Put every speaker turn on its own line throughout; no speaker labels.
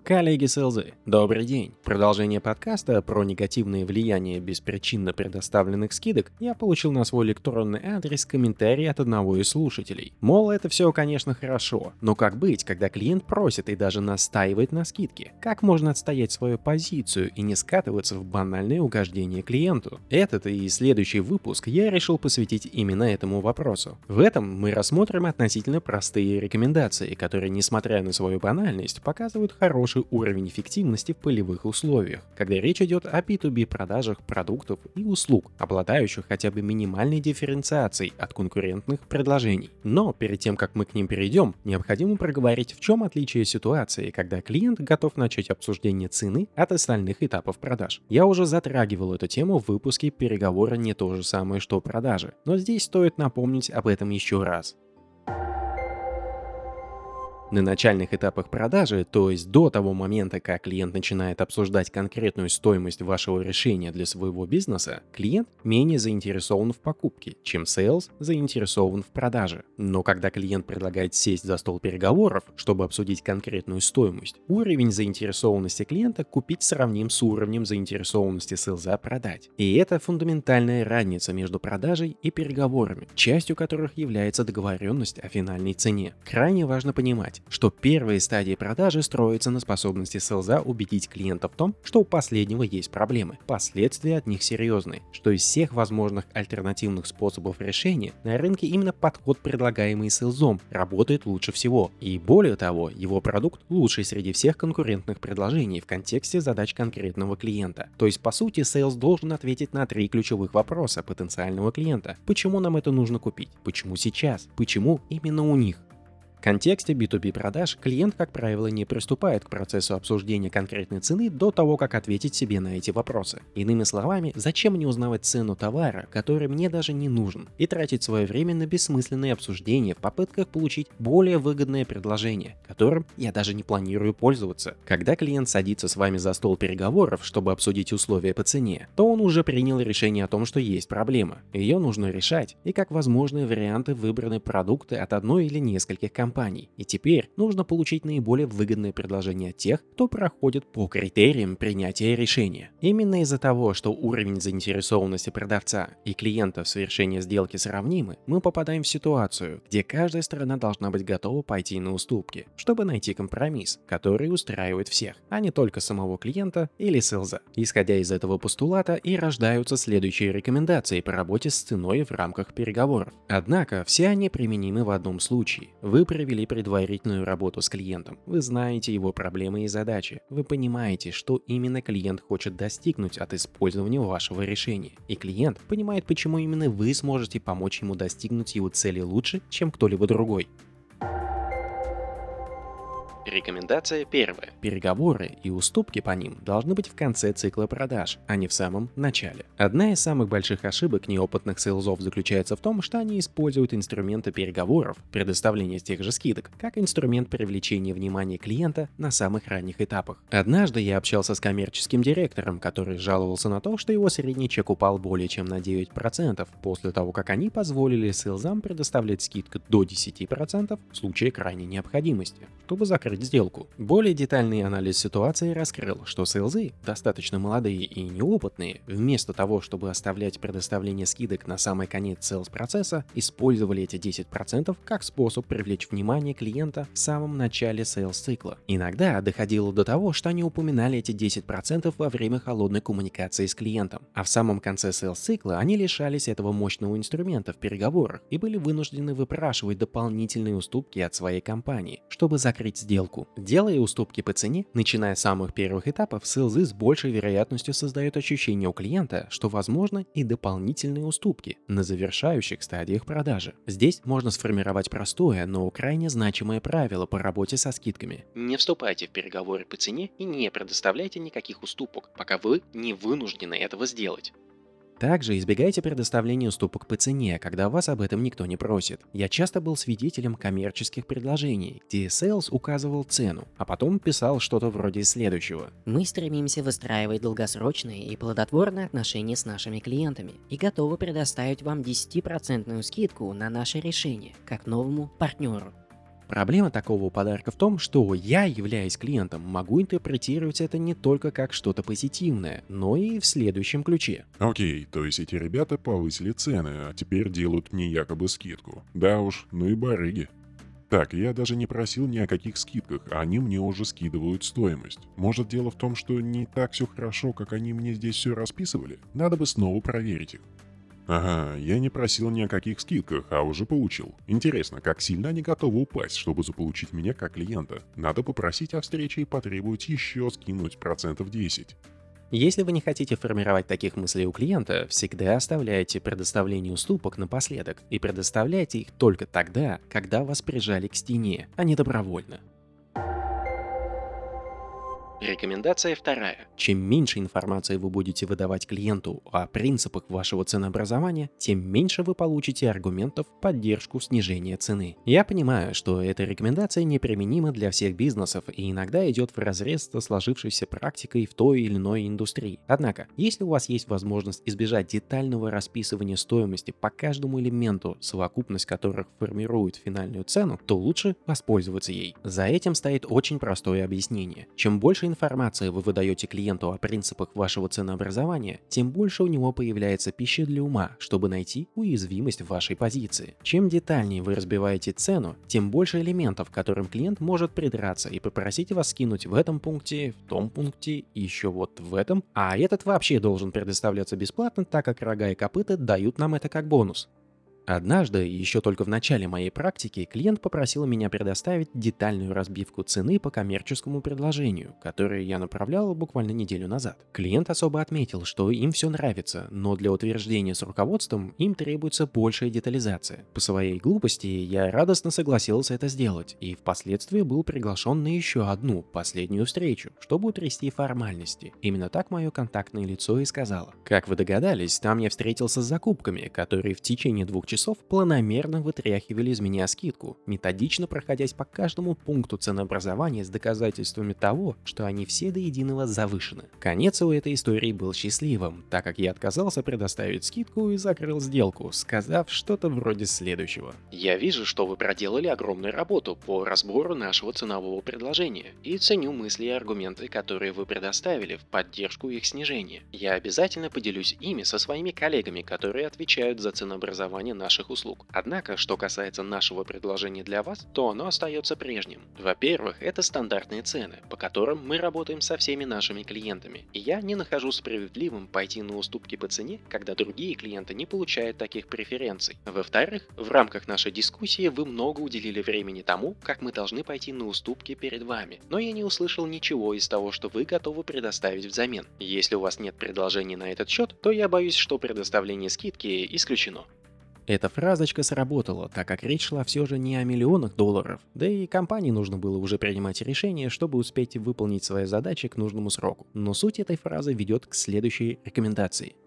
Коллеги СЛЗ, добрый день. В продолжение подкаста про негативные влияния беспричинно предоставленных скидок я получил на свой электронный адрес комментарий от одного из слушателей. Мол, это все, конечно, хорошо, но как быть, когда клиент просит и даже настаивает на скидке? Как можно отстоять свою позицию и не скатываться в банальное угождение клиенту? Этот и следующий выпуск я решил посвятить именно этому вопросу. В этом мы рассмотрим относительно простые рекомендации, которые, несмотря на свою банальность, показывают хороший уровень эффективности в полевых условиях, когда речь идет о B2B продажах продуктов и услуг, обладающих хотя бы минимальной дифференциацией от конкурентных предложений. Но перед тем, как мы к ним перейдем, необходимо проговорить, в чем отличие ситуации, когда клиент готов начать обсуждение цены от остальных этапов продаж. Я уже затрагивал эту тему в выпуске «Переговоры не то же самое, что продажи», но здесь стоит напомнить об этом еще раз. На начальных этапах продажи, то есть до того момента, как клиент начинает обсуждать конкретную стоимость вашего решения для своего бизнеса, клиент менее заинтересован в покупке, чем sales заинтересован в продаже. Но когда клиент предлагает сесть за стол переговоров, чтобы обсудить конкретную стоимость, уровень заинтересованности клиента купить сравним с уровнем заинтересованности селза продать. И это фундаментальная разница между продажей и переговорами, частью которых является договоренность о финальной цене. Крайне важно понимать, что первые стадии продажи строятся на способности селза убедить клиента в том, что у последнего есть проблемы, последствия от них серьезные, что из всех возможных альтернативных способов решения на рынке именно подход, предлагаемый селзом, работает лучше всего. И более того, его продукт лучший среди всех конкурентных предложений в контексте задач конкретного клиента. То есть, по сути, селс должен ответить на 3 ключевых вопроса потенциального клиента. Почему нам это нужно купить? Почему сейчас? Почему именно у них? В контексте B2B продаж клиент, как правило, не приступает к процессу обсуждения конкретной цены до того, как ответить себе на эти вопросы. Иными словами, зачем мне узнавать цену товара, который мне даже не нужен, и тратить свое время на бессмысленные обсуждения в попытках получить более выгодное предложение, которым я даже не планирую пользоваться. Когда клиент садится с вами за стол переговоров, чтобы обсудить условия по цене, то он уже принял решение о том, что есть проблема. Ее нужно решать, и как возможные варианты выбраны продукты от одной или нескольких компаний. И теперь нужно получить наиболее выгодное предложение от тех, кто проходит по критериям принятия решения. Именно из-за того, что уровень заинтересованности продавца и клиента в совершении сделки сравнимы, мы попадаем в ситуацию, где каждая сторона должна быть готова пойти на уступки, чтобы найти компромисс, который устраивает всех, а не только самого клиента или селза. Исходя из этого постулата и рождаются следующие рекомендации по работе с ценой в рамках переговоров. Однако все они применимы в одном случае. Вы провели предварительную работу с клиентом. Вы знаете его проблемы и задачи. Вы понимаете, что именно клиент хочет достигнуть от использования вашего решения. И клиент понимает, почему именно вы сможете помочь ему достигнуть его цели лучше, чем кто-либо другой. Рекомендация первая. Переговоры и уступки по ним должны быть в конце цикла продаж, а не в самом начале. Одна из самых больших ошибок неопытных сейлзов заключается в том, что они используют инструменты переговоров, предоставления тех же скидок, как инструмент привлечения внимания клиента на самых ранних этапах. Однажды я общался с коммерческим директором, который жаловался на то, что его средний чек упал более чем на 9% после того, как они позволили сейлзам предоставлять скидку до 10% в случае крайней необходимости, чтобы закрыть сделку. Более детальный анализ ситуации раскрыл, что сейлзы, достаточно молодые и неопытные, вместо того, чтобы оставлять предоставление скидок на самый конец сейлс-процесса, использовали эти 10% как способ привлечь внимание клиента в самом начале сейлс-цикла. Иногда доходило до того, что они упоминали эти 10% во время холодной коммуникации с клиентом, а в самом конце сейлс-цикла они лишались этого мощного инструмента в переговорах и были вынуждены выпрашивать дополнительные уступки от своей компании, чтобы закрыть сделку. Делая уступки по цене, начиная с самых первых этапов, сейлзы с большей вероятностью создают ощущение у клиента, что возможны и дополнительные уступки на завершающих стадиях продажи. Здесь можно сформировать простое, но крайне значимое правило по работе со скидками. Не вступайте в переговоры по цене и не предоставляйте никаких уступок, пока вы не вынуждены этого сделать. Также избегайте предоставления уступок по цене, когда вас об этом никто не просит. Я часто был свидетелем коммерческих предложений, где сейлс указывал цену, а потом писал что-то вроде следующего.
Мы стремимся выстраивать долгосрочные и плодотворные отношения с нашими клиентами и готовы предоставить вам 10% скидку на наше решение, как новому партнеру.
Проблема такого подарка в том, что я, являясь клиентом, могу интерпретировать это не только как что-то позитивное, но и в следующем ключе.
Окей, то есть эти ребята повысили цены, а теперь делают мне якобы скидку. Да уж, ну и барыги. Так, я даже не просил ни о каких скидках, а они мне уже скидывают стоимость. Может, дело в том, что не так все хорошо, как они мне здесь все расписывали? Надо бы снова проверить их. Ага, я не просил ни о каких скидках, а уже получил. Интересно, как сильно они готовы упасть, чтобы заполучить меня как клиента? Надо попросить о встрече и потребовать еще скинуть процентов 10.
Если вы не хотите формировать таких мыслей у клиента, всегда оставляйте предоставление уступок напоследок и предоставляйте их только тогда, когда вас прижали к стене, а не добровольно. Рекомендация вторая. Чем меньше информации вы будете выдавать клиенту о принципах вашего ценообразования, тем меньше вы получите аргументов в поддержку снижения цены. Я понимаю, что эта рекомендация неприменима для всех бизнесов и иногда идет вразрез со сложившейся практикой в той или иной индустрии. Однако, если у вас есть возможность избежать детального расписывания стоимости по каждому элементу, совокупность которых формирует финальную цену, то лучше воспользоваться ей. За этим стоит очень простое объяснение. Чем больше информации вы выдаете клиенту о принципах вашего ценообразования, тем больше у него появляется пищи для ума, чтобы найти уязвимость в вашей позиции. Чем детальнее вы разбиваете цену, тем больше элементов, к которым клиент может придраться и попросить вас скинуть в этом пункте, в том пункте, еще вот в этом, а этот вообще должен предоставляться бесплатно, так как рога и копыта дают нам это как бонус. Однажды, еще только в начале моей практики, клиент попросил меня предоставить детальную разбивку цены по коммерческому предложению, которое я направлял буквально неделю назад. Клиент особо отметил, что им все нравится, но для утверждения с руководством им требуется большая детализация. По своей глупости я радостно согласился это сделать и впоследствии был приглашен на еще одну, последнюю встречу, чтобы утрясти формальности. Именно так мое контактное лицо и сказала. Как вы догадались, там я встретился с закупками, которые в течение 2 часов планомерно вытряхивали из меня скидку, методично проходясь по каждому пункту ценообразования с доказательствами того, что они все до единого завышены. Конец у этой истории был счастливым, так как я отказался предоставить скидку и закрыл сделку, сказав что-то вроде следующего. Я вижу, что вы проделали огромную работу по разбору нашего ценового предложения и ценю мысли и аргументы, которые вы предоставили в поддержку их снижения. Я обязательно поделюсь ими со своими коллегами, которые отвечают за ценообразование наших услуг. Однако, что касается нашего предложения для вас, то оно остается прежним. Во-первых, это стандартные цены, по которым мы работаем со всеми нашими клиентами, и я не нахожу справедливым пойти на уступки по цене, когда другие клиенты не получают таких преференций. Во-вторых, в рамках нашей дискуссии вы много уделили времени тому, как мы должны пойти на уступки перед вами, но я не услышал ничего из того, что вы готовы предоставить взамен. Если у вас нет предложений на этот счет, то я боюсь, что предоставление скидки исключено. Эта фразочка сработала, так как речь шла все же не о миллионах долларов, да и компании нужно было уже принимать решение, чтобы успеть выполнить свои задачи к нужному сроку. Но суть этой фразы ведет к следующей рекомендации.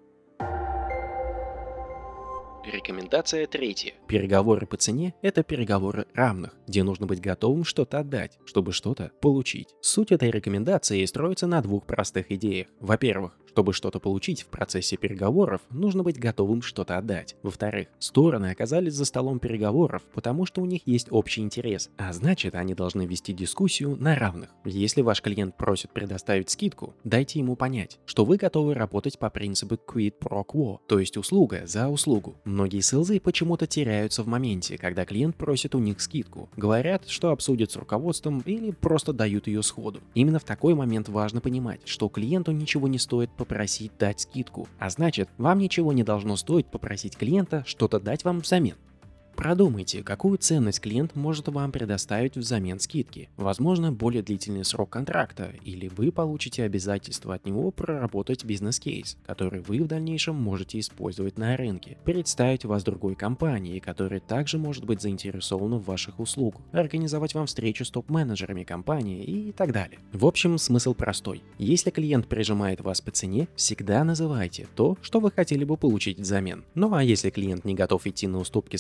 Рекомендация третья. Переговоры по цене – это переговоры равных, где нужно быть готовым что-то отдать, чтобы что-то получить. Суть этой рекомендации строится на 2 простых идеях. Во-первых, чтобы что-то получить в процессе переговоров, нужно быть готовым что-то отдать. Во-вторых, стороны оказались за столом переговоров, потому что у них есть общий интерес, а значит, они должны вести дискуссию на равных. Если ваш клиент просит предоставить скидку, дайте ему понять, что вы готовы работать по принципу quid pro quo, то есть услуга за услугу. Многие селзы почему-то теряются в моменте, когда клиент просит у них скидку. Говорят, что обсудят с руководством или просто дают ее сходу. Именно в такой момент важно понимать, что клиенту ничего не стоит попросить дать скидку, а значит, вам ничего не должно стоить попросить клиента что-то дать вам взамен. Продумайте, какую ценность клиент может вам предоставить взамен скидки. Возможно, более длительный срок контракта, или вы получите обязательство от него проработать бизнес-кейс, который вы в дальнейшем можете использовать на рынке, представить вас другой компании, которая также может быть заинтересована в ваших услугах, организовать вам встречу с топ-менеджерами компании и так далее. В общем, смысл простой. Если клиент прижимает вас по цене, всегда называйте то, что вы хотели бы получить взамен. Ну а если клиент не готов идти на уступки со своей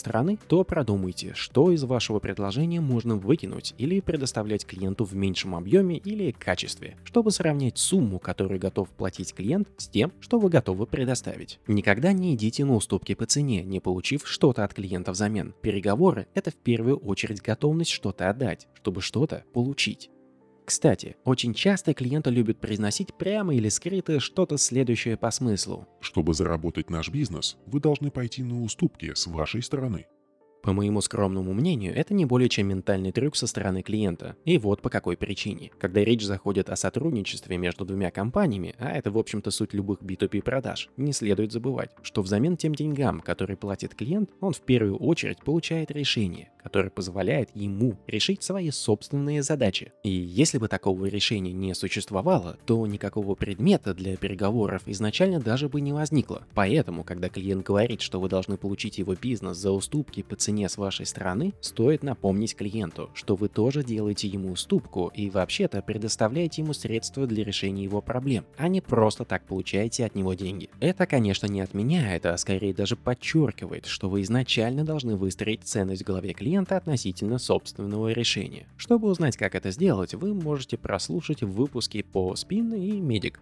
стороны, то продумайте, что из вашего предложения можно выкинуть или предоставлять клиенту в меньшем объеме или качестве, чтобы сравнять сумму, которую готов платить клиент, с тем, что вы готовы предоставить. Никогда не идите на уступки по цене, не получив что-то от клиента взамен. Переговоры – это в первую очередь готовность что-то отдать, чтобы что-то получить. Кстати, очень часто клиенты любят произносить прямо или скрыто что-то следующее по смыслу.
Чтобы заработать наш бизнес, вы должны пойти на уступки с вашей стороны.
По моему скромному мнению, это не более чем ментальный трюк со стороны клиента. И вот по какой причине. Когда речь заходит о сотрудничестве между двумя компаниями, а это в общем-то суть любых B2B продаж, не следует забывать, что взамен тем деньгам, которые платит клиент, он в первую очередь получает решение, которое позволяет ему решить свои собственные задачи. И если бы такого решения не существовало, то никакого предмета для переговоров изначально даже бы не возникло. Поэтому, когда клиент говорит, что вы должны получить его бизнес за уступки по цене с вашей стороны, стоит напомнить клиенту, что вы тоже делаете ему уступку и вообще-то предоставляете ему средства для решения его проблем, а не просто так получаете от него деньги. Это, конечно, не отменяет, а скорее даже подчеркивает, что вы изначально должны выстроить ценность в голове клиента относительно собственного решения. Чтобы узнать, как это сделать, вы можете прослушать выпуски по SPIN и MEDIC.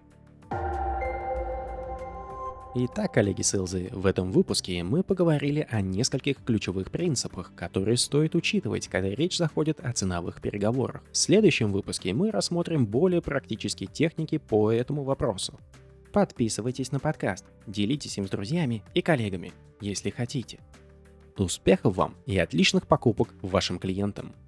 Итак, коллеги-селзы, в этом выпуске мы поговорили о нескольких ключевых принципах, которые стоит учитывать, когда речь заходит о ценовых переговорах. В следующем выпуске мы рассмотрим более практические техники по этому вопросу. Подписывайтесь на подкаст, делитесь им с друзьями и коллегами, если хотите. Успехов вам и отличных покупок вашим клиентам!